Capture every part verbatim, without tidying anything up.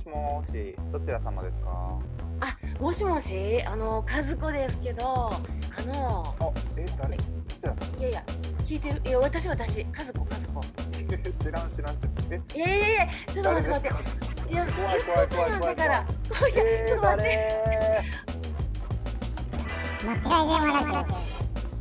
もし、どちら様ですか？ あ、もしもし、あの、和子ですけど、あの、 あ、え、誰？どちら様？ いやいや、聞いてる、いや、私、私、和子、和子。 知らん知らん。え、 いやいやいや、ちょっと待って待って。いや、 怖い怖い怖い怖い怖い。 だから、いや、 えー、 ちょっと待って。 誰？ 間違い電話ラジオ。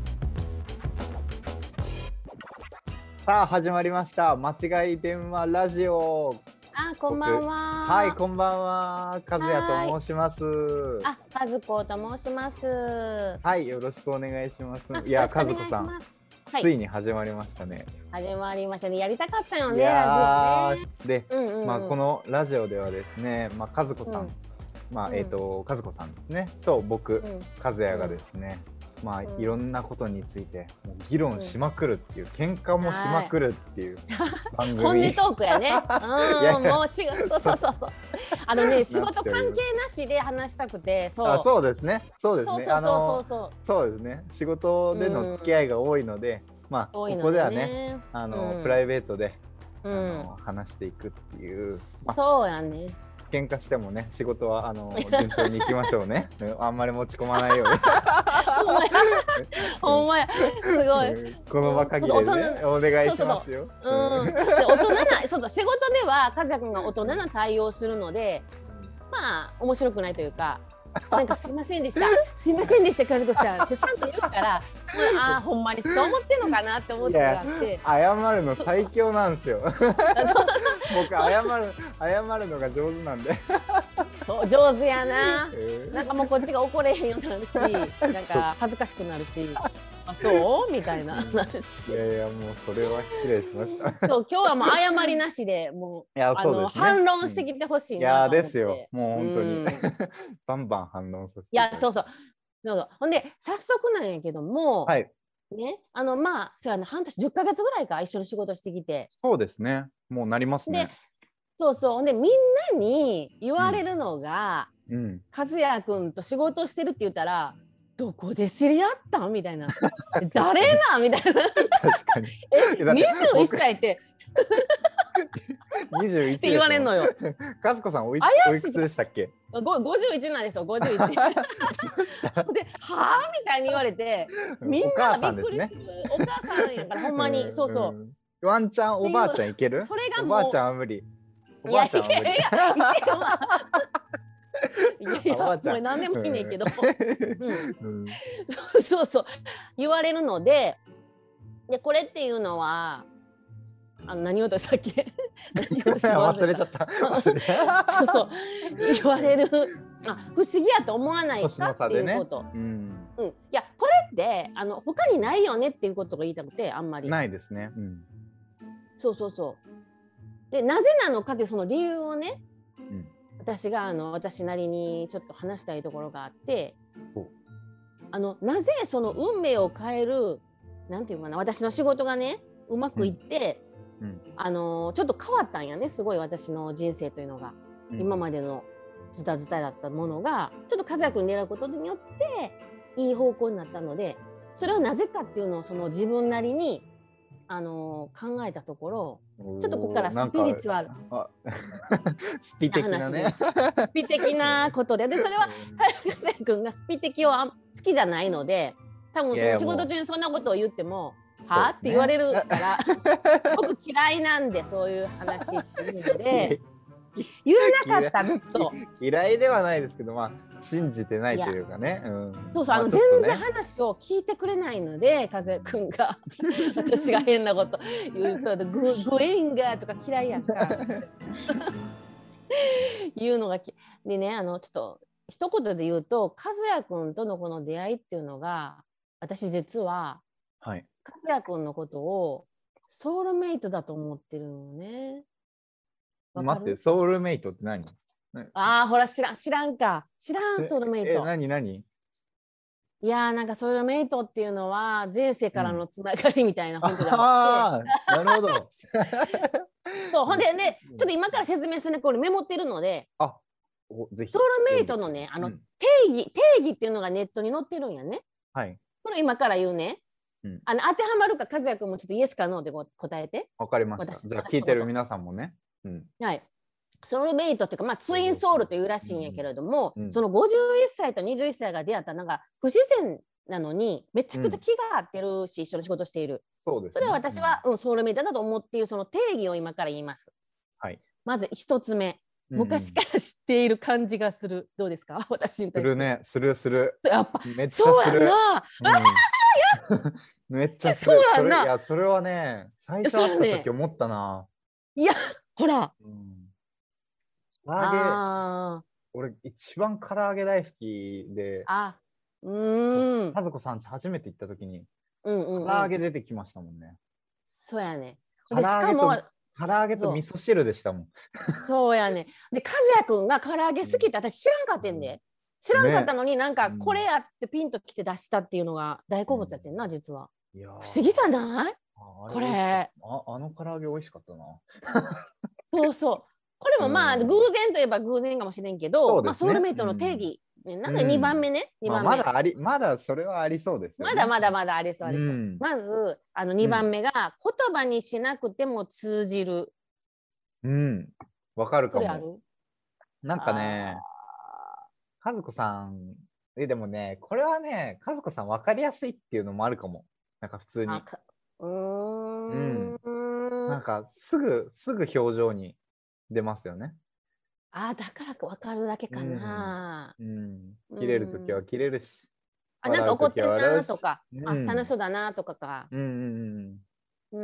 さあ始まりました。間違い電話ラジオ。 あ、こんばんは。 はい、こんばんは。和也と申します。 あ、和子と申します。 はい、よろしくお願いします。 あいや、 よろしくお願いし和子さん、 ますはい、 ついに始まりましたね。 始まりましたね。やりたかったよいね、 やラジオね。 ーで、 うんうんうんまあこのラジオではですね、まあ和子さん、 うんまあうんえっと和子さんですねと僕、 うん和也がですね、まあうんいろんなことについてもう議論しまくるっていう、喧嘩もしまくるっていう番組。 本音トークやね。 いやうん、 いやもう仕事、そうそうそう。あのね、仕事関係なしで話したくて、そう。 あ、そうですね。そうですね。 そうそうそうあのそう。 そうですね。仕事での付き合いが多いので、まあこ多いのこではねね、あの、 うんプライベートで、あうんの話していくっていう、まあ、 そうやね。 喧嘩してもね、仕事はあの順調に行きましょうね。うんあんまり持ち込まないように。 ほんまや。ほんまや。すごい。 うんこの場限りでね、お願いしますよ。 うん。で大人な、そうそう、仕事では和也くんが大人な対応をするので、まあ面白くないというか。なんかすいませんでした、すいませんでした和子さんってちゃんと言うから、もうああほんまにそう思ってんのかなって思ったことがあって、 謝るの最強なんですよ。 そう僕謝る謝るのが上手なんで。 そう上手やな。 えーなんかもうこっちが怒れへんようになるし、なんか恥ずかしくなるし、あそうみたいななるし。 いやいやもうそれは失礼しました。 そう今日はもう謝りなしでもういやあのそうですね反論してきてほしいいなと思って。 やですよ。もう本当にうんバンバン反論させて。 いやそうそう。そうそうほんで早速なんやけども、 はい。 ねあのまあそうやな半年じゅっかげつぐらいか一緒に仕事してきて。 そうですね。もうなりますね。 でそうそうほんでみんなに言われるのが、 うん。 和也くんと仕事してるって言ったらどこで知り合ったんみたいな誰なんみたいな確かに。 えだってにじゅういっさいってにじゅういちって言われんのよ。 和子さんおいおいくつでしたっけ？ ごごじゅういちなんですよごじゅういちではあみたいに言われてみんながびっくりするお母さんやからほんまにそうそう。 う。ワンちゃんおばあちゃんいける？ それがもうおばあちゃんは無理。おばあちゃんは無理。 いやいやいやいけよまあいやいおばあちゃんやこれ何でもいいねんけど、うんうんそうそうそう言われるのででこれっていうのはあの何をとしたっけ何をした忘れちゃった。忘れそうそう言われるあ不思議やと思わない年かっての差でねいうこと、 うん。 うん、いやこれってあの他にないよねっていうことが言いたくてあんまりないですね。うん。 そうそうそうでなぜなのかっていうその理由をね、 うん私があの私なりにちょっと話したいところがあってほうあのなぜその運命を変えるなんていうかな私の仕事がねうまくいって、 うんうんあのちょっと変わったんやねすごい私の人生というのが、 うん今までのズタズタだったものがちょっと和也くんに選ぶことによっていい方向になったのでそれはなぜかっていうのをその自分なりにあの考えたところちょっとここからスピリチュアルあスピ的なね。 スピ的なことででそれは和也くんがスピ的をあん好きじゃないので多分その仕事中にそんなことを言ってもはあって言われるから僕嫌いなんでそういう話っていうので言えなかったずっと嫌いではないですけど、まあ信じてないというかね。うん、 そうそうあのまちょっとね全然話を聞いてくれないので和也くんが私が変なこと言うとごご縁がとか嫌いやんか言うのがきでねあのちょっと一言で言うと和也くんとのこの出会いっていうのが私実ははい。 和也くんのことをソウルメイトだと思ってるのね。わかる待って、ソウルメイトって何？ ああほら知らん知らんか知らんソウルメイえ、 ト。 何何？ いやーなんかソウルメイトっていうのは前世からのつながりみたいな本当でああって、 あ、なるほど。 そうほんでねちょっと今から説明するねこれメモってるのであ、おぜひ。 ソウルメイトのねあの、 うん定義定義っていうのがネットに載ってるんやね。 はい。 これ今から言うね。 うんあの当てはまるか和也くんもちょっとイエスかノーでこ答えて。 わかりました。 私じゃあ聞いてる皆さんもね。うん。 はい。 ソウルメイトっていうか、まあ、ツインソウルというらしいんやけれども、うんうん、そのごじゅういっさいとにじゅういっさいが出会ったなんか不自然なのにめちゃくちゃ気が合ってるし、うん、一緒に仕事している。 そうですね、 それは私は、うん、ソウルメイトだと思っているその定義を今から言います。 はい、 まず一つ目、昔から知っている感じがする。どうですか？私に対して。 するね、するする。 やっぱめっちゃする。 そうやな。 うん、めっちゃする。 そうやな。 それいやそれはね、最初会った時思ったな。 ね、いやほら。 うん唐揚げ、俺一番唐揚げ大好きで、 あ、うーん、 和子さんち初めて行った時に、 うんうんうん、 唐揚げ出てきましたもんね。 そうやね。 でしかも唐揚げと味噌汁でしたもん。 そうやね。で和也くんが唐揚げ好きって私知らんかったんで、うん、知らんかったのに、ね、なんかこれやってピンときて出したっていうのが大好物やってんな、うん、実は。いや不思議じゃない？あこれあ。あの唐揚げ美味しかったな。 そうそう。これもまあ、うん、偶然といえば偶然かもしれんけど、ね、まあ、ソウルメイトの定義、うん、なんでにばんめね、 うん、にばんめ、まあ、まだありまだそれはありそうですよね。 まだまだまだありそうありそう、うん、まずあのにばんめが、言葉にしなくても通じる。 うんわかるかも。 これある？ なんかね和子さんえでもねこれはね和子さん分かりやすいっていうのもあるかも。なんか普通にうーん、 うん、なんかすぐすぐ表情に出ますよね。 ああ、だから分かるだけかな。 うん、うん、切れるときは切れるし。 あ、なんか怒ってるなとか、うん、あ、楽しそうだなとかか。 うんうんうん。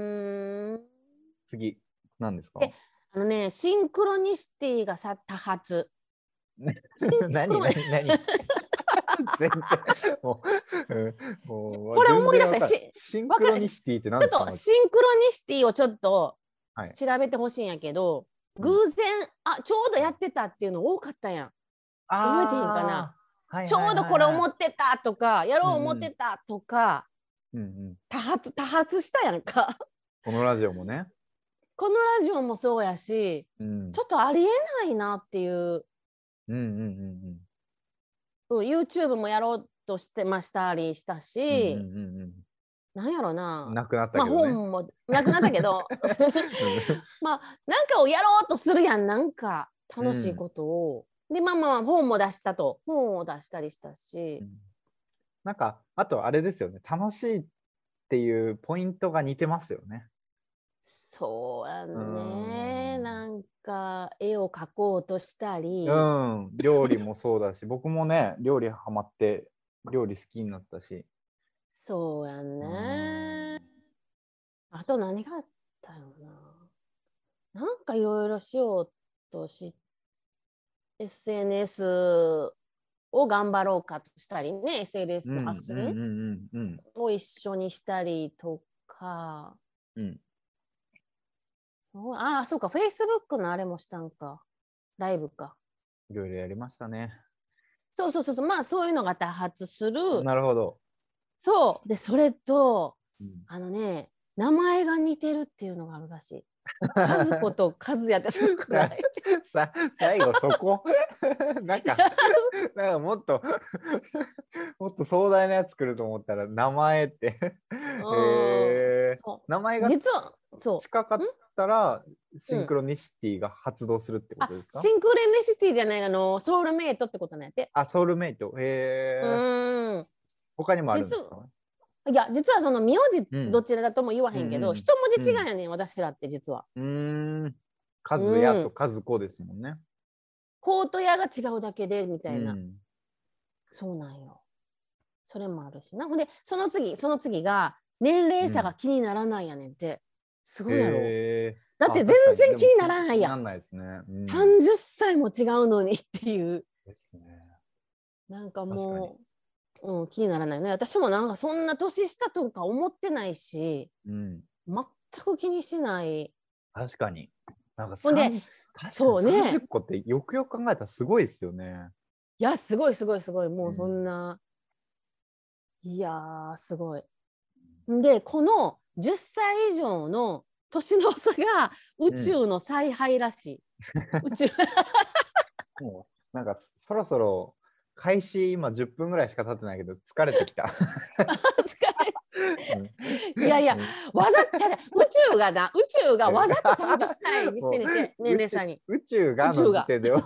うん。 次、何ですか？ え、あのね、シンクロニシティがさ、多発。 何何何全然もう、うん、もうこれ思い出せ、 シンクロニシティって何ですか？ ちょっとシンクロニシティをちょっと調べてほしいんやけど、はい偶然あちょうどやってたっていうの多かったやん。覚えてへんかな、はいはいはいはい、ちょうどこれ思ってたとかやろう思ってたとか、うんうん、多発多発したやんか。 このラジオもね。 このラジオもそうやし、うん、ちょっとありえないなっていう。うんうんうんうん、YouTube もやろうとしてましたりしたし、うんうんうんうんなんやろな、 なくなったけどね。 まあ、本もなくなったけどまあなんかをやろうとするやん、なんか楽しいことを、うん、でまあまあ本も出したと本を出したりしたし、うん、 なんかあとあれですよね、楽しいっていうポイントが似てますよね。 そうやね、なんか絵を描こうとしたり、 うん、料理もそうだし僕もね料理ハマって料理好きになったし。 そうやんね。あと何があったよな。なんかいろいろしようとし エスエヌエス を頑張ろうかとしたりね、 エスエヌエス の発信を一緒にしたりとか、うん、そうああそうか Facebook のあれもしたんか、ライブか、 いろいろやりましたね。 そうそうそうそう、まあそういうのが多発する。 なるほど。 そうでそれと、うん、あのね名前が似てるっていうのがあるらしい。和子と和也ってすごくない？ さ最後そこなんかなんかもっともっと壮大なやつ来ると思ったら名前ってえー、名前が実はそう近かったらシンクロニシティが発動するってことですか？ うん、シンクロニシティじゃない、あのソウルメイトってことなんやって。 あ、ソウルメイト。へえ。うん他にもあるんですか？ いや実はその名字どちらだとも言わへんけど、うん、一文字違いやねん、うん、私らって実は。うーん。和也と和子ですもんね。 コート屋が違うだけでみたいな。うん、そうなんよ。それもあるしな。ほんでその次その次が年齢差が気にならないやねんって。すごいやろ。だって全然気にならないやん。 なんないですね。うん、 さんじゅっさいも違うのにっていう。ですね。なんかもう。うん、気にならないね。私もなんかそんな年下とか思ってないし、うん、全く気にしない。 確かに。なんかほんで、そうね。 さんじゅっこってよくよく考えたらすごいですよね。 いや、すごいすごいすごい。もうそんな。うん、いやー、すごい。で、このじゅっさい以上の年の差が宇宙の采配らしい。うん、宇宙。 もうなんかそろそろ開始今じゅっぷんぐらいしか経ってないけど疲れてきた。疲れいやいや、わざっちゃ宇宙がな、宇宙がわざとさんじゅっさいにしてみて、年齢差に。 宇宙がの時点で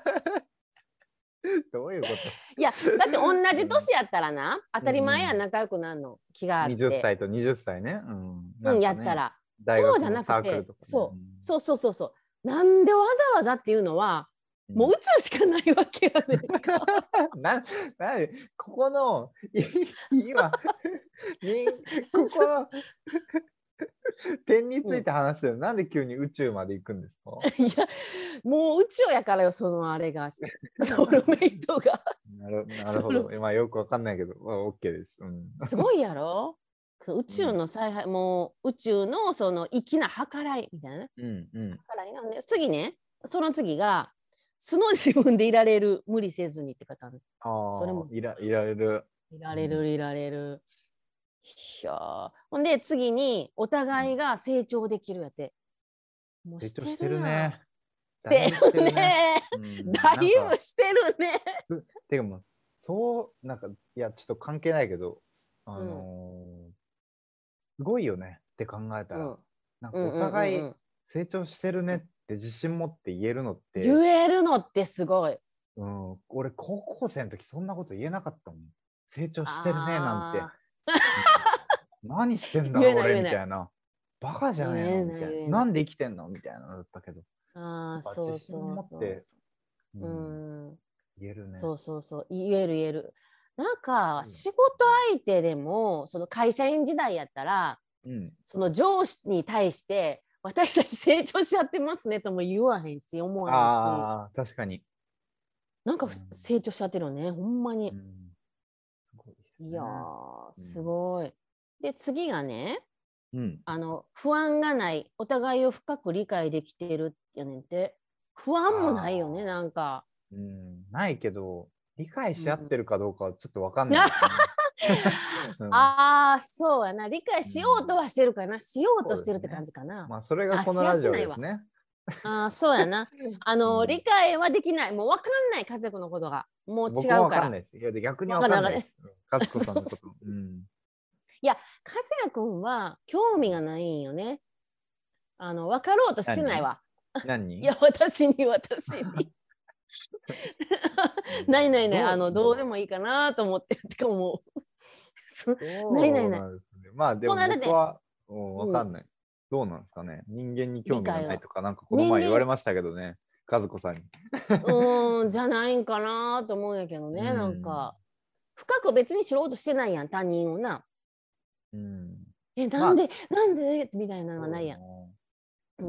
どういうこと？ いや、だって同じ年やったらな、当たり前やん、仲良くなるの気があって。 にじゅっさいとにじゅっさいね。うん、うん、やったら。そうじゃなくて、そう、そうそうそうそう。なんでわざわざっていうのは、もう宇宙しかないわけやねんか。 な、な、ここの、今、に、ここの点について話してる、うん、なんで急に宇宙まで行くんですか？ いや、もう宇宙やからよ、そのあれが、ソウルメイトが。 なる、なるほど。まあよくわかんないけど、まあ、OK です。うん、 すごいやろ？宇宙の采配、うん、もう宇宙のその粋な計らいみたいな、 うんうん、 計らいなんで、次ね、その次が素の自分でいられる、無理せずにって方。ああ、それもいら、いられる。 いられる、いられる。いや、ほんで次にお互いが成長できるやって。 もうしてる成長してるね。 してるね。だいぶしてるね。 てかもうそうなんかいやちょっと関係ないけど、あのーうん、すごいよねって考えたら、うん、なんかお互い成長してるねって自信持って言えるのって、 言えるのってすごい。 うん、俺高校生の時そんなこと言えなかったもん。成長してるねなんて。何してんだ俺みたいな。バカじゃねえのみたいな。なんで生きてんのみたいなのだったけど。 ああ、そうそうそう。うん。 言えるね。 そうそうそう。言える言える。なんか仕事相手でもその会社員時代やったら、うん、その上司に対して私たち成長し合ってますねとも言わへんし思わへんし。 ああ、確かに。 なんか成長し合ってるよね、ほんまに。うん、すごいですね、いやー、すごい。うん、で次がね、うん、あの不安がない、お互いを深く理解できてるやねんて。不安もないよね、なんか。 うん、ないけど理解し合ってるかどうかはちょっと分かんないですね。 うん、ああ、そうやな。理解しようとはしてるかな。しようとしてるって感じかな。 ね、まあそれがこのラジオですね。 ああ、そうやな。あの、うん、理解はできない。もう分かんない、家族のことが。もう違うから。僕も分かんないです。 いや、逆に分かんないです。和子さんのこと。うん、 いや、和也君は興味がないんよね。あの、分かろうとしてないわ。 何？ いや、私に、私に。ないないない、あの、どうでもいいかなと思ってるってかもう。ないないない。 まあでも僕は分かんない。どうなんですかね。人間に興味がないとか、なんかこの前言われましたけどね、和子さんに。 うん、じゃないんかなと思うんやけどね、なんか。深く別に知ろうとしてないやん、他人をな。うん。え、なんで、まあ、なんでみたいなのはないやん。うん。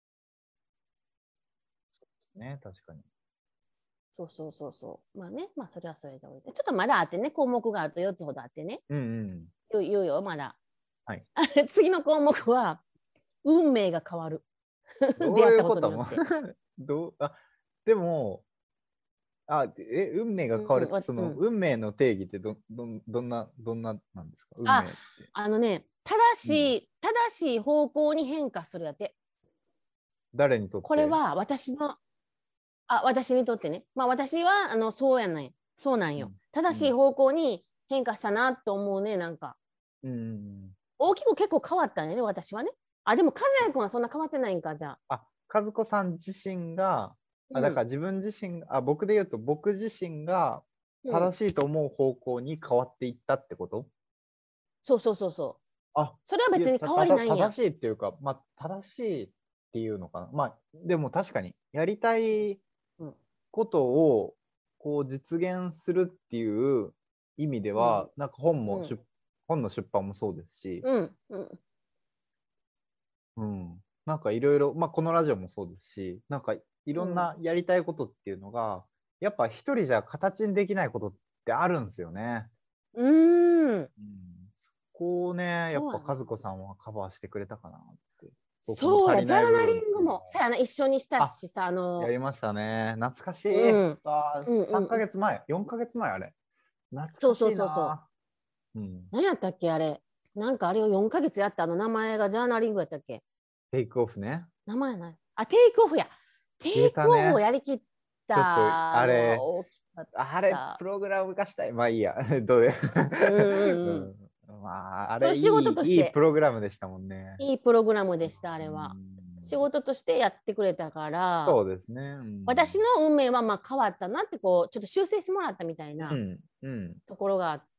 そうですね、確かに。 そうそうそうそう。まあね、まあそれはそれでおいて。ちょっとまだあってね、項目があとよっつほどあってね。うんうん。言う言うよ、まだ。はい。次の項目は、運命が変わる。 どういうこともどうあでも、あえ運命が変わる、うん、その、うん、運命の定義ってどどどんなどんななんですか？運命って。 あ、あのね、正しい、うん、正しい方向に変化するやて。 誰にとって？ これは私のあ私にとってね、まあ私はあのそうやない、そうなんよ、うん、正しい方向に変化したなと思うね、なんか、うん、大きく結構変わったね、私はね。あ、でも和也君はそんな変わってないんか、じゃあ。あ、和子さん自身が、あ、だから自分自身、うん、あ、僕で言うと僕自身が正しいと思う方向に変わっていったってこと？うん、 そうそうそうそう。あ、それは別に変わりないんや。 正しいっていうか、まあ正しいっていうのかな。まあでも確かにやりたいことをこう実現するっていう意味では、うん、なんか本も、うん、本の出版もそうですし、うんうんうん、なんかいろいろ、まあこのラジオもそうですし、なんかいろんなやりたいことっていうのが、うん、やっぱ一人じゃ形にできないことってあるんですよね。うーん、うん、そこをね、やっぱ和子さんはカバーしてくれたかなって。 そうや、ジャーナリングもそうやな、一緒にしたしさ、あのやりましたね。懐かしい。うん、あうんうん、さんかげつまえ、よんかげつまえあれ。懐かしいな。そうそうそうそう。うん、何やったっけあれ。なんかあれをよんかげつやったあの名前がジャーナリングやったっけ？ テイクオフね。 名前ない。あ、テイクオフや。テイクオフをやりきった。 ちょっとあれ大きかったあれプログラム化したい。まあいいや。どういう、 うんうん、まああれいそう仕事いとしていいプログラムでしたもんね。 いいプログラムでした、あれは。 うん仕事としてやってくれたから、 そうですね。うん、 私の運命はまあ変わったなってこうちょっと修正してもらったみたいなうんうん、 ところがあって、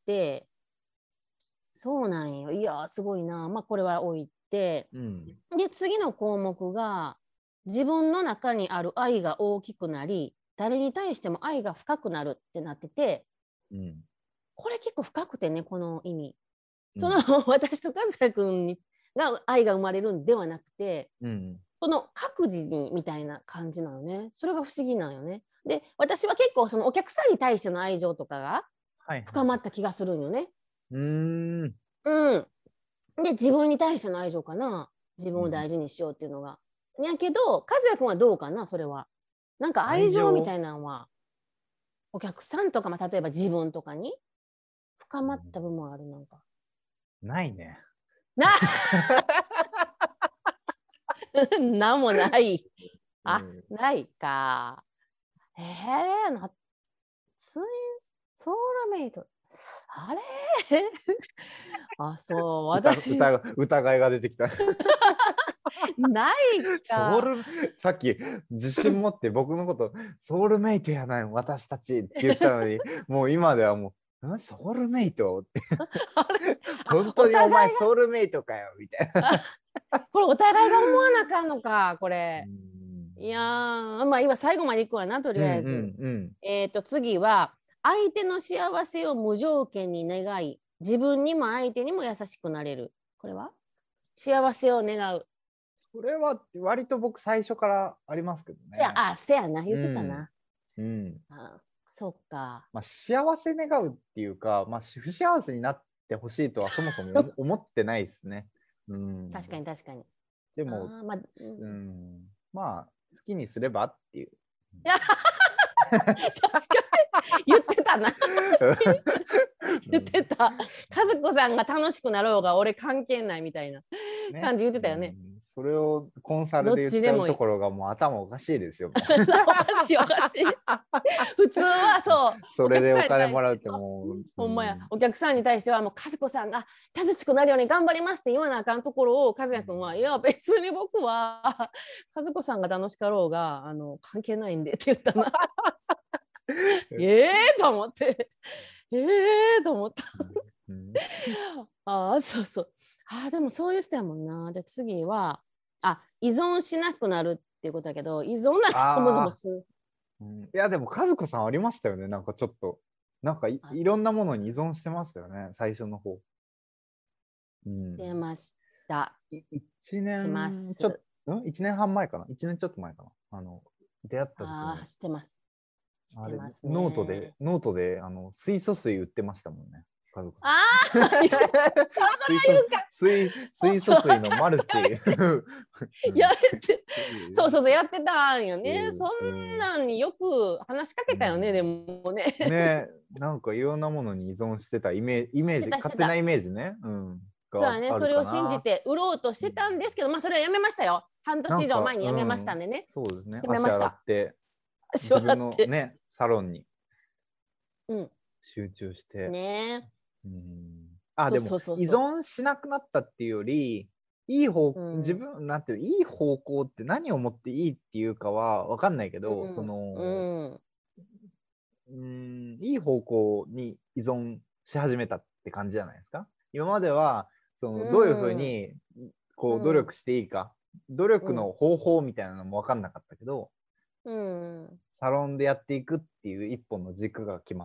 そうなんよ。いやすごいな。まあこれは置いて、 うん、 で次の項目が自分の中にある愛が大きくなり、誰に対しても愛が深くなるってなってて、 うん、 これ結構深くてね、この意味。 うん、 その私と和也君にが愛が生まれるんではなくて、 うん、 その各自にみたいな感じなのね。それが不思議なんよね。で、私は結構そのお客さんに対しての愛情とかが深まった気がするんよね。 うーん。 うん。で、自分に対しての愛情かな。自分を大事にしようっていうのが。うん、やけど、和也君はどうかな、それは。なんか愛情みたいなのは、お客さんとか、まあ、例えば自分とかに深まった部分はある、なんか。 ないね。 ななんもない。あ、うん、ないか。えー、なツインソウルメイト。あれあ、そう、私。 疑, 疑いが出てきた。 ないか。 ソウル、さっき自信持って僕のことソウルメイトやない私たちって言ったのに、もう今ではもう、ソウルメイトって本当にお前ソウルメイトかよみたいな。 これお互いが思わなあかんのか、これ。いやー、まあ今最後までいくわな、とりあえず。うんうんうん、えっと次は、相手の幸せを無条件に願い、自分にも相手にも優しくなれる。これは幸せを願う。 それは割と僕最初からありますけどね。 じゃあ、あ、せやな、言ってたな。 うん。うん、 あ、そっか。 まあ、幸せ願うっていうか、まあ、不幸せになってほしいとはそもそも思ってないですね。うん、 確かに確かに。 でも、あ、まあ、うん、まあ、好きにすればっていう。 確かに言ってたな。言ってた。和子さんが楽しくなろうが俺関係ないみたいな感じ言ってたよね。 うん、それをコンサルで言っちゃうところがもう頭おかしいですよ。 おかしいおかしい。普通はそう。 それでお金もらうってもう。 ほんまや。お客さんに対してはもう和子さんが楽しくなるように頑張りますって言わなあかんところを和也君はいや別に僕は和子さんが楽しかろうがあの関係ないんでって言ったな。ええと思って。ええと思った。うん、ああそうそう。ああでもそういう人やもんな。で次はあ依存しなくなるっていうことだけど依存なんかそもそもする。 うん、いやでも和子さんありましたよね。なんかちょっとなんか い, いろんなものに依存してましたよね最初の方。 うん、してました。 いちねんちょっといちねんはん前かな。いちねんちょっと前かな。あの出会った時に。 ああしてます。してますね。 ノートでノートであの水素水売ってましたもんね。 ああ、それは言うか。 水水素水のマルチ。 やめて。そうそうそうやってたんよね。そんなんによく話しかけたよね、でもね。 ね、なんかいろんなものに依存してたイメージ、イメージ、勝手なイメージね。うん。 そうだね、それを信じて売ろうとしてたんですけど、まあそれはやめましたよ。半年以上前にやめましたんでね。 そうですね。 やめました。 自分のねサロンに集中して。 ね。 あ、でも依存しなくなったっていうより、いい方、うん、自分なんていういい方向って何をもっていいっていうかは分かんないけど、うん、その、うんうん、いい方向に依存し始めたって感じじゃないですか。今まではそのどういうふうにこう努力していいか、うん、努力の方法みたいなのも分かんなかったけど、うん、サロンでやっていくっていう一本の軸が決まって、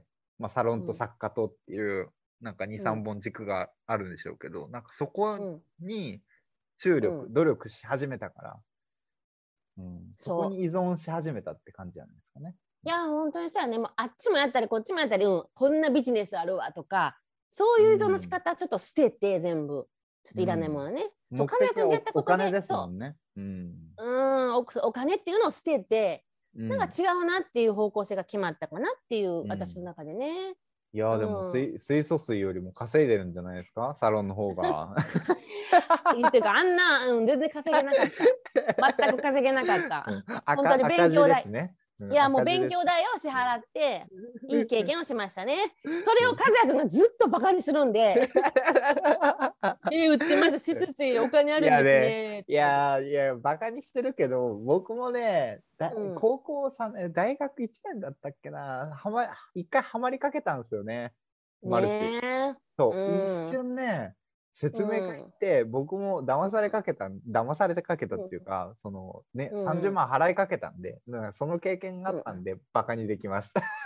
まあ、サロンと作家とっていう、うんなんかにさんぼん軸があるんでしょうけど、うん、なんかそこに注力、うん、努力し始めたから、うん、そこに依存し始めたって感じじゃないですかね。 いや本当にそうやね。もうあっちもやったりこっちもやったり、うん、こんなビジネスあるわとかそういう依存の仕方ちょっと捨てて、うん、全部ちょっといらないものね。 うん、そう目的は お, お金ですもんね。 うん、うんお, お金っていうのを捨てて、うん、なんか違うなっていう方向性が決まったかなっていう、うん、私の中でね。 いやでも水、うん、水素水よりも稼いでるんじゃないですかサロンの方が。 っていうかあんな、うん、全然稼げなかった。全く稼げなかった。うん、本当に勉強代、ねいやもう勉強代を支払っていい経験をしましたね。それを和也くんがずっとバカにするんでえ売ってました先生お金あるんですね。 いやいやバカにしてるけど僕もねだ、うん、高校さんねん大学いちねんだったっけなはま一回ハマりかけたんですよねマルチ。ねそう、うん、一瞬ね説明会って、うん、僕も騙されかけた騙されてかけたっていうか、うん、そのね、うん、さんじゅうまん払いかけたんでだからその経験があったんで、うん、バカにできます、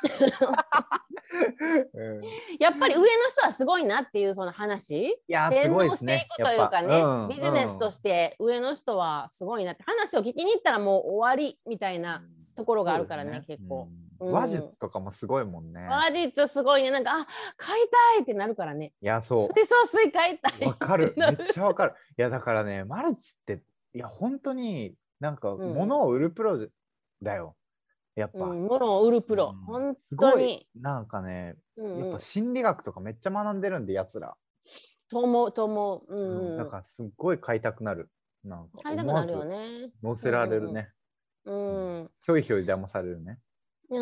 うん、やっぱり上の人はすごいなっていうその話いや洗脳していくというかね、うん、ビジネスとして上の人はすごいなって話を聞きに行ったらもう終わりみたいなところがあるからね、ね結構。 うん、話術とかもすごいもんね。 話術すごいね。なんかあ買いたいってなるからね。 いやそう。 水素水買いたい。 わかる。めっちゃわかる。いやだからねマルチっていや本当になんか物を売るプロだよ。やっぱ、うん、 物を売るプロ、うん、本当になんかね、うんうん、やっぱ心理学とかめっちゃ学んでるんでやつら。 と思うと思う。うんうん、 だからすっごい買いたくなる。なんか買いたくなるよね。 乗せられるね。うん。うん、ひょいひょい騙されるね。 うん、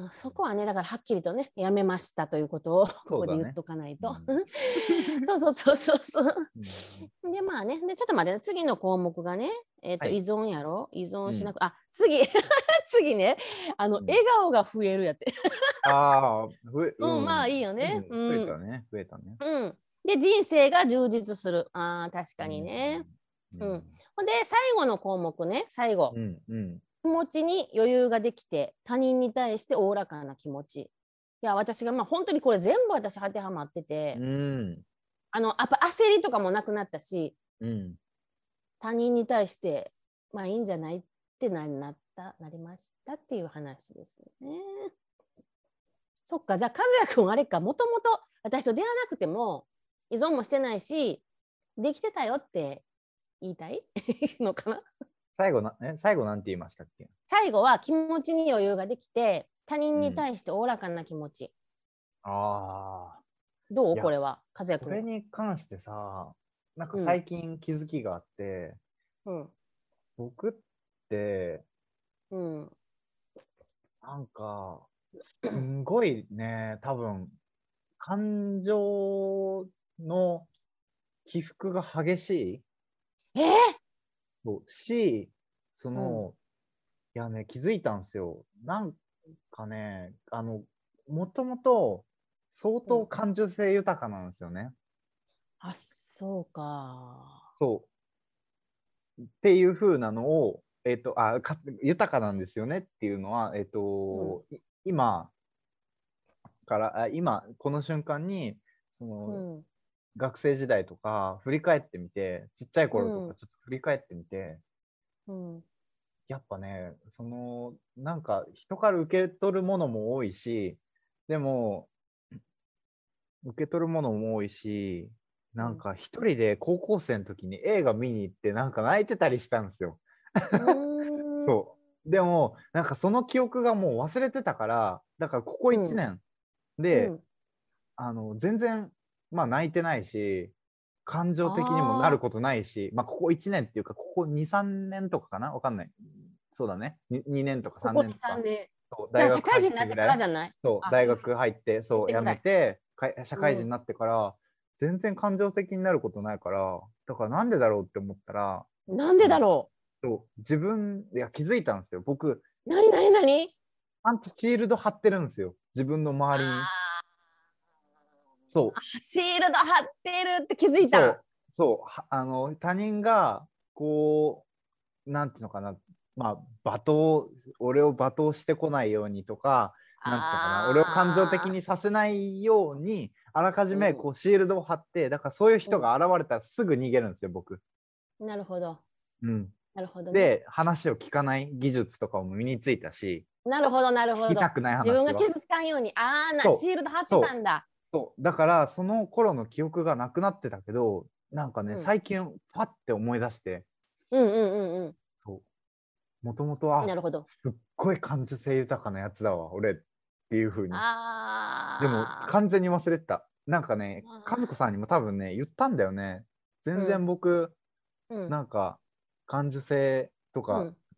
そこはねだからはっきりとねやめましたということをここで言っとかないと。そうそうそうそうそう。うん、でまあねでちょっと待って、ね、次の項目がね、えーとはい、依存やろ依存しなく、うん、あ次次ねあの、うん、笑顔が増えるやって。 ああ、 うん、まあいいよね。 増えたね増えたね。 うん。で人生が充実する。ああ確かにね。うん。うん、ほんで最後の項目ね最後。うんうん気持ちに余裕ができて他人に対しておおらかな気持ち。いや私がまあ本当にこれ全部私当てはまってて、うん、あのやっぱ焦りとかもなくなったし、うん、他人に対してまあいいんじゃないってなったなりましたっていう話ですね。そっかじゃあ和也くんあれかもともと私と出会わなくても依存もしてないしできてたよって言いたいのかな。 最後なえ最後なんて言いましたっけ？ 最後は気持ちに余裕ができて他人に対しておおらかな気持ち。うん、ああ。どうこれは和也くん。 これに関してさ、なんか最近気づきがあって、うん、僕って、うん、なんかすんごいね多分感情の起伏が激しい。 えーそうし、その、うん、いやね、気づいたんですよ。なんかね、あの、もともと相当感受性豊かなんですよね。うん、 あ、そうか。 そう。っていう風なのを、えっと、あ、か豊かなんですよねっていうのは、えっと、うん、今から、あ今、この瞬間に、その、うん学生時代とか振り返ってみてちっちゃい頃とかちょっと振り返ってみて、うん、やっぱねそのなんか人から受け取るものも多いしでも受け取るものも多いしなんか一人で高校生の時に映画見に行ってなんか泣いてたりしたんですよ。そうでもなんかその記憶がもう忘れてたからだからここいちねんで、うん、あの全然まあ泣いてないし感情的にもなることないしまあここいちねんっていうかここにさんねんとかかなわかんないそうだね 2, にねんとかさんねんとかここにさんねんそう大学社会人になってからじゃないそう大学入ってそうやめて社会人になってから、うん、全然感情的になることないからだからなんでだろうって思ったらなんでだろう、そう自分いや気づいたんですよ僕何何何ちゃんとシールド貼ってるんですよ自分の周りに。そうシールド貼ってるって気づいた。 そうそうあの他人がこうなんていうのかなまあ罵倒俺を罵倒してこないようにとかなんていうのかな俺を感情的にさせないようにあらかじめこうシールドを貼って、うん、だからそういう人が現れたらすぐ逃げるんですよ僕。 なるほど。 うんなるほど、ね、 で話を聞かない技術とかも身についたし。 なるほどなるほど。 聞きたくない話は自分が傷つかんようにあーなシールド貼ってたんだ。 そうだからその頃の記憶がなくなってたけどなんかね、うん、最近ファッて思い出してうんうんうんうんそうもともとはなるほどすっごい感受性豊かなやつだわ俺っていう風にあでも完全に忘れてたなんかね和子さんにも多分ね言ったんだよね全然僕、うん、なんか感受性とか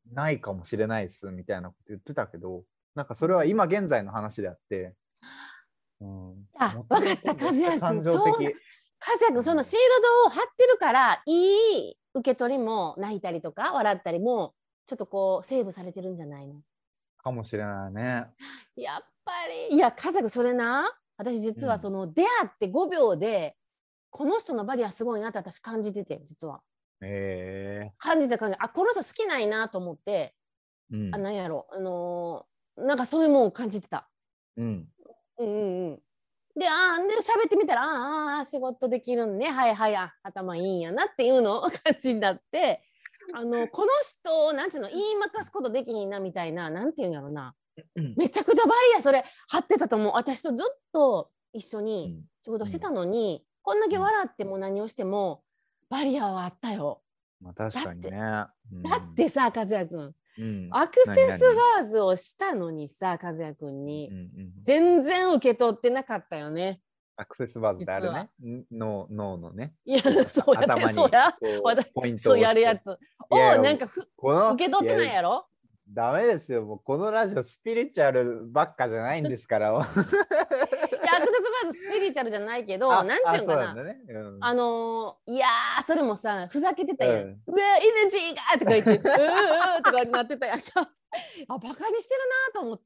ないかもしれないですみたいなこと言ってたけど、なんかそれは今現在の話であって、 うん、あ、分かった、和也君。そう、和也君、そのシールドを貼ってるから、いい受け取りも泣いたりとか笑ったりもちょっとこうセーブされてるんじゃないのかもしれないね。 やっぱり、いや、和也君、それな、私実はその、うん、出会ってごびょうでこの人のバリアすごいなって私感じてて、実は。 へえ。 感じて感じて、あ、この人好きないなと思って、うん、あ、なんやろ、あのー、なんかそういうもんを感じてた。うん。うんうんうん。で、あー、で、喋ってみたら、ああ、仕事できるんね、はいはい、あ、頭いいんやなっていうの感じになって、あの、この人、なんていうの、言いまかすことできひんなみたいな、なんていうんやろな。めちゃくちゃバリアそれ張ってたと思う。私とずっと一緒に仕事してたのに、うん、こんだけ笑っても何をしてもバリアはあったよ。 まあ確かにね。 だって、うん、だってさ、和也君、うん、アクセスワーズをしたのにさ、和也君に、うんうん、全然受け取ってなかったよね。 アクセスワーズってあれね、脳のね。 いや、そうやって、そうや、ポイントそうやるやつをなんかふ受け取ってないやろ。 ダメですよ、もうこのラジオスピリチュアルばっかじゃないんですから。いや、アクセスワーズスピリチュアルじゃないけど、なんちゅうかな。あ、ね、うん、あのー、いやー、それもさ、ふざけてたやん。うん、うわ、エネジーがとか言って、うーとかなってたやんか。あ、バカにしてるなと思って、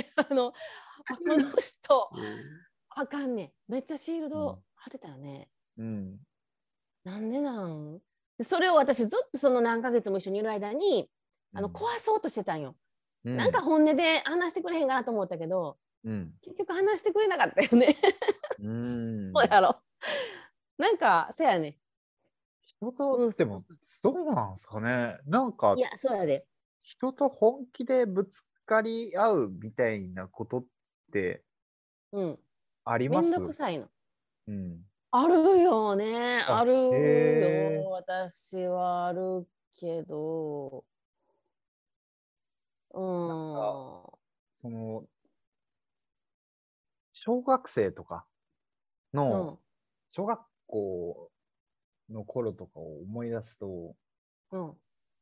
あの、あ、この人、あかんねん。めっちゃシールド貼ってたよね。うん。なんでなん？それを私ずっとその何ヶ月も一緒にいる間に、あの壊そうとしてたんよ、うん、なんか本音で話してくれへんかなと思ったけど、うん、結局話してくれなかったよね。うん、そうやろ。なんかそうやね。 人とでもそうなんすかね。なんかいやそうやで。 人と本気でぶつかり合うみたいなことってあります？ めんどくさいの。 うん。 あるよね。あるよ。私はあるけど。うん、 その小学生とかの、うん、小学校の頃とかを思い出すと、うん、バ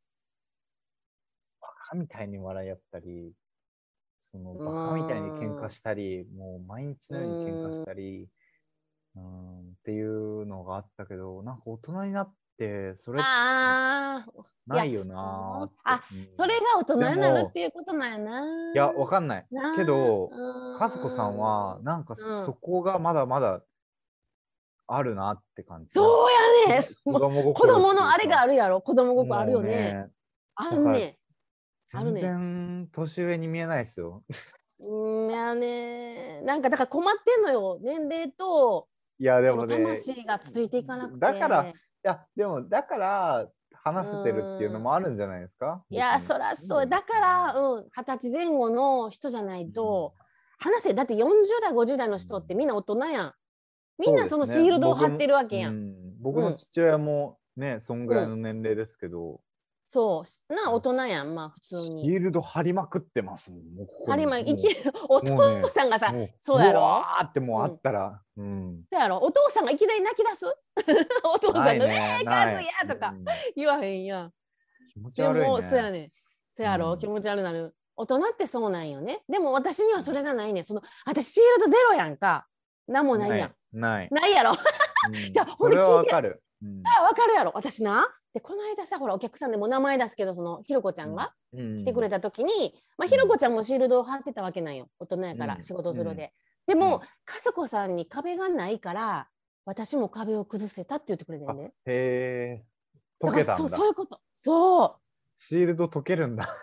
カみたいに笑い合ったり、そのバカみたいに喧嘩したり、もう毎日のように喧嘩したり、うん、っていうのがあったけど、なんか大人になってそれってないよなーって。 あ、うん、それが大人になるっていうことなんやな。 いや、わかんない。けど、和子さんはなんかそこがまだまだあるなって感じ。 そうやね。子供子供のあれがあるやろ。子供心あるよね。ねあんね。 全然年上に見えないですよ。 うん、いやね。なんかだから困ってんのよ。年齢と。いやでもね。魂がついていかなくて。 だから、いやでもだから話せてるっていうのもあるんじゃないですか。 いやそらそう。だからうん二十歳前後の人じゃないと、うん、話せ。だってよんじゅう代ごじゅう代の人ってみんな大人やん。みんなそのシールドを貼ってるわけやん。 うん、僕の父親もね、うん、そんぐらいの年齢ですけど。うん、 そうな大人やん、まあ普通に。 シールド貼りまくってますもん。もうここ貼りまいきお父さんがさ、ね、そうやろ。 わーってもうあったら、うん。うん、 そうやろ。お父さんがいきなり泣き出す。お父さんがねえカズやとか言わへんやん。 気持ち悪いね。 でもそうやね。そうやろ、うん、気持ち悪くなる。大人ってそうなんよね。でも私にはそれがないね。その私シールドゼロやんか。なんもないやん。 ない。 ないやろ。じゃあ、ほんで聞いて。あ、わかるやろ。私な。で、この間さ、ほら、お客さんでも名前出すけど、そのひろこちゃんが来てくれた時に、まあ、ひろこちゃんもシールドを貼ってたわけなんよ。大人やから、仕事するで。でも、和子さんに壁がないから、私も壁を崩せたって言ってくれてんね。 へえ。溶けたんだ。 そう、そういうこと。そう。 シールド溶けるんだ。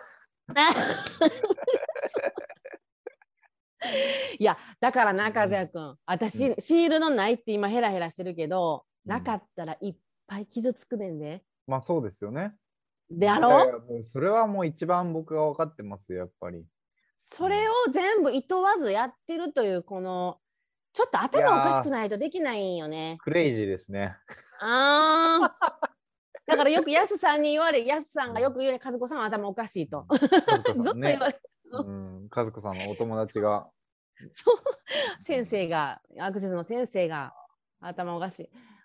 いやだからな和也君、私、うん、シールドないって今ヘラヘラしてるけど、うん、なかったらいっぱい傷つくねんで。 まあそうですよね。 であろうそれはもう一番僕が分かってますよやっぱり。 それを全部いとわずやってるというこのちょっと頭おかしくないとできないんよね。 クレイジーですね。 あだからよくやすさんに言われ、やすさんがよく言うね、和子さんは頭おかしいと。ずっと言われる。 うん、和子さんのお友達がそう先生がアクセスの先生が頭おかしい。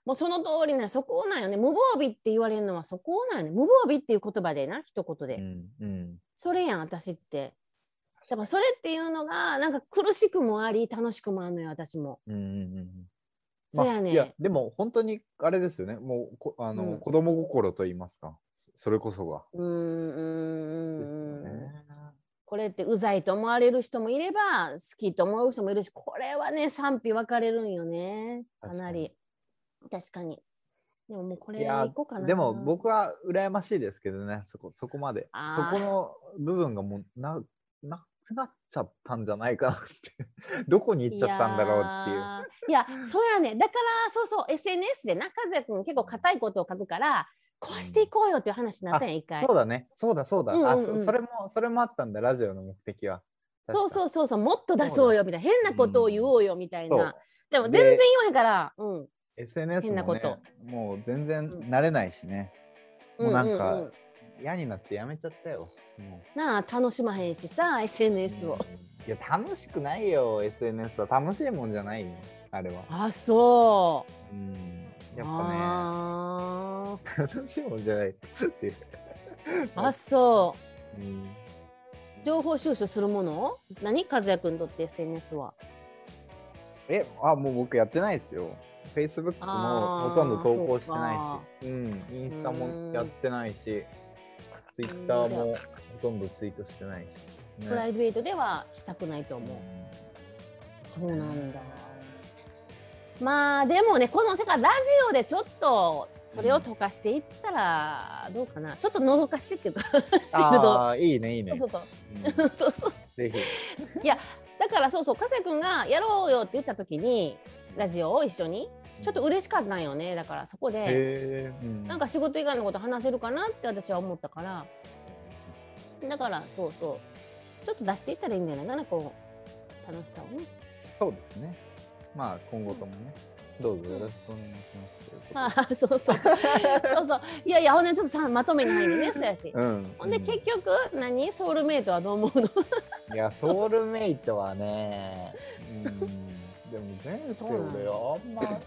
もうその通りね、そこなんよね。無防備って言われるのはそこなんよね。無防備っていう言葉でな、一言で。 うんうん、 それやん、私って。だからそれっていうのがなんか苦しくもあり楽しくもあるのよ、私も。 うんうんうん、 そうやね、まあ、 いやでも本当にあれですよね。もうこあの、うん、子供心と言いますか、それこそが。 うんうんうん、ね、これってうざいと思われる人もいれば好きと思う人もいるし、これはね賛否分かれるんよね、かなり。確かに。でももうこれいこうかな。 でも僕は羨ましいですけどね、そこそこまで。そこの部分がもうななくなっちゃったんじゃないかなってどこに行っちゃったんだろうっていう。 いや、そうやね。だからそうそう エスエヌエス でな、和也君結構硬いことを書くから壊していこうよっていう話になったんや、一回。 そうだね、そうだそうだ、うんうんうん、あ そ, それもそれもあったんだ、ラジオの目的は。 そうそうそうそう、もっと出そうよみたいな、変なことを言おうよみたいな。うん、でも全然言わへんから、うん、 エスエヌエス も、ね、変なこともう全然慣れないしね、うん、もうなんか、うんうんうん、嫌になってやめちゃったよ。もうなあ、楽しまへんしさ エスエヌエス を、うん、 いや楽しくないよ、 エスエヌエス は楽しいもんじゃないよあれは。 あ、そう、 うん、やっぱね楽しいもんじゃないってあ、そう、うん、情報収集するもの何、和也君にとって エスエヌエス は。 え、あ、もう僕やってないですよ。Facebook もほとんど投稿してないし、うん、インスタもやってないし、Twitter もほとんどツイートしてないし、 ね、プライベートではしたくないと思う。うん、そうなんだ。まあでもね、この世界ラジオでちょっとそれを溶かしていったらどうかな、うん、ちょっと覗かしてっていうかああ、いいねいいね。 そうそうそう、うん、そうそうぜひ。 いやだからそうそう、加瀬君がやろうよって言った時にラジオを一緒にちょっと嬉しかったんよね。だからそこで、うん、なんか仕事以外のこと話せるかなって私は思ったから、だからそうそうちょっと出していったらいいんじゃないかな、こう楽しさをね。 そうですね。まあ今後ともね、うん、どうぞよろしくお願いします。ああ、そうそうそうそうそう、いやいや、ほんでちょっとさまとめに入るね、そうやし、うん、ほんで結局何、ソウルメイトはどう思うの？ いや、ソウルメイトはね、うん、でも前世俺あんまあ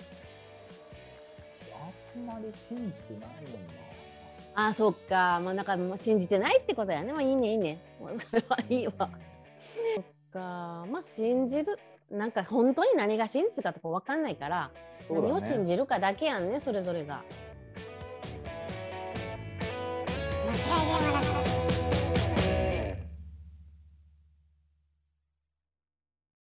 んまり信じてないもんな。 あ、そっか、まあなんか信じてないってことやね。まあいいねいいね、それはいいわ。うん、そっか、まあ信じる、なんか本当に何が真実かとか分かんないから、ね、何を信じるかだけやんね、それぞれが。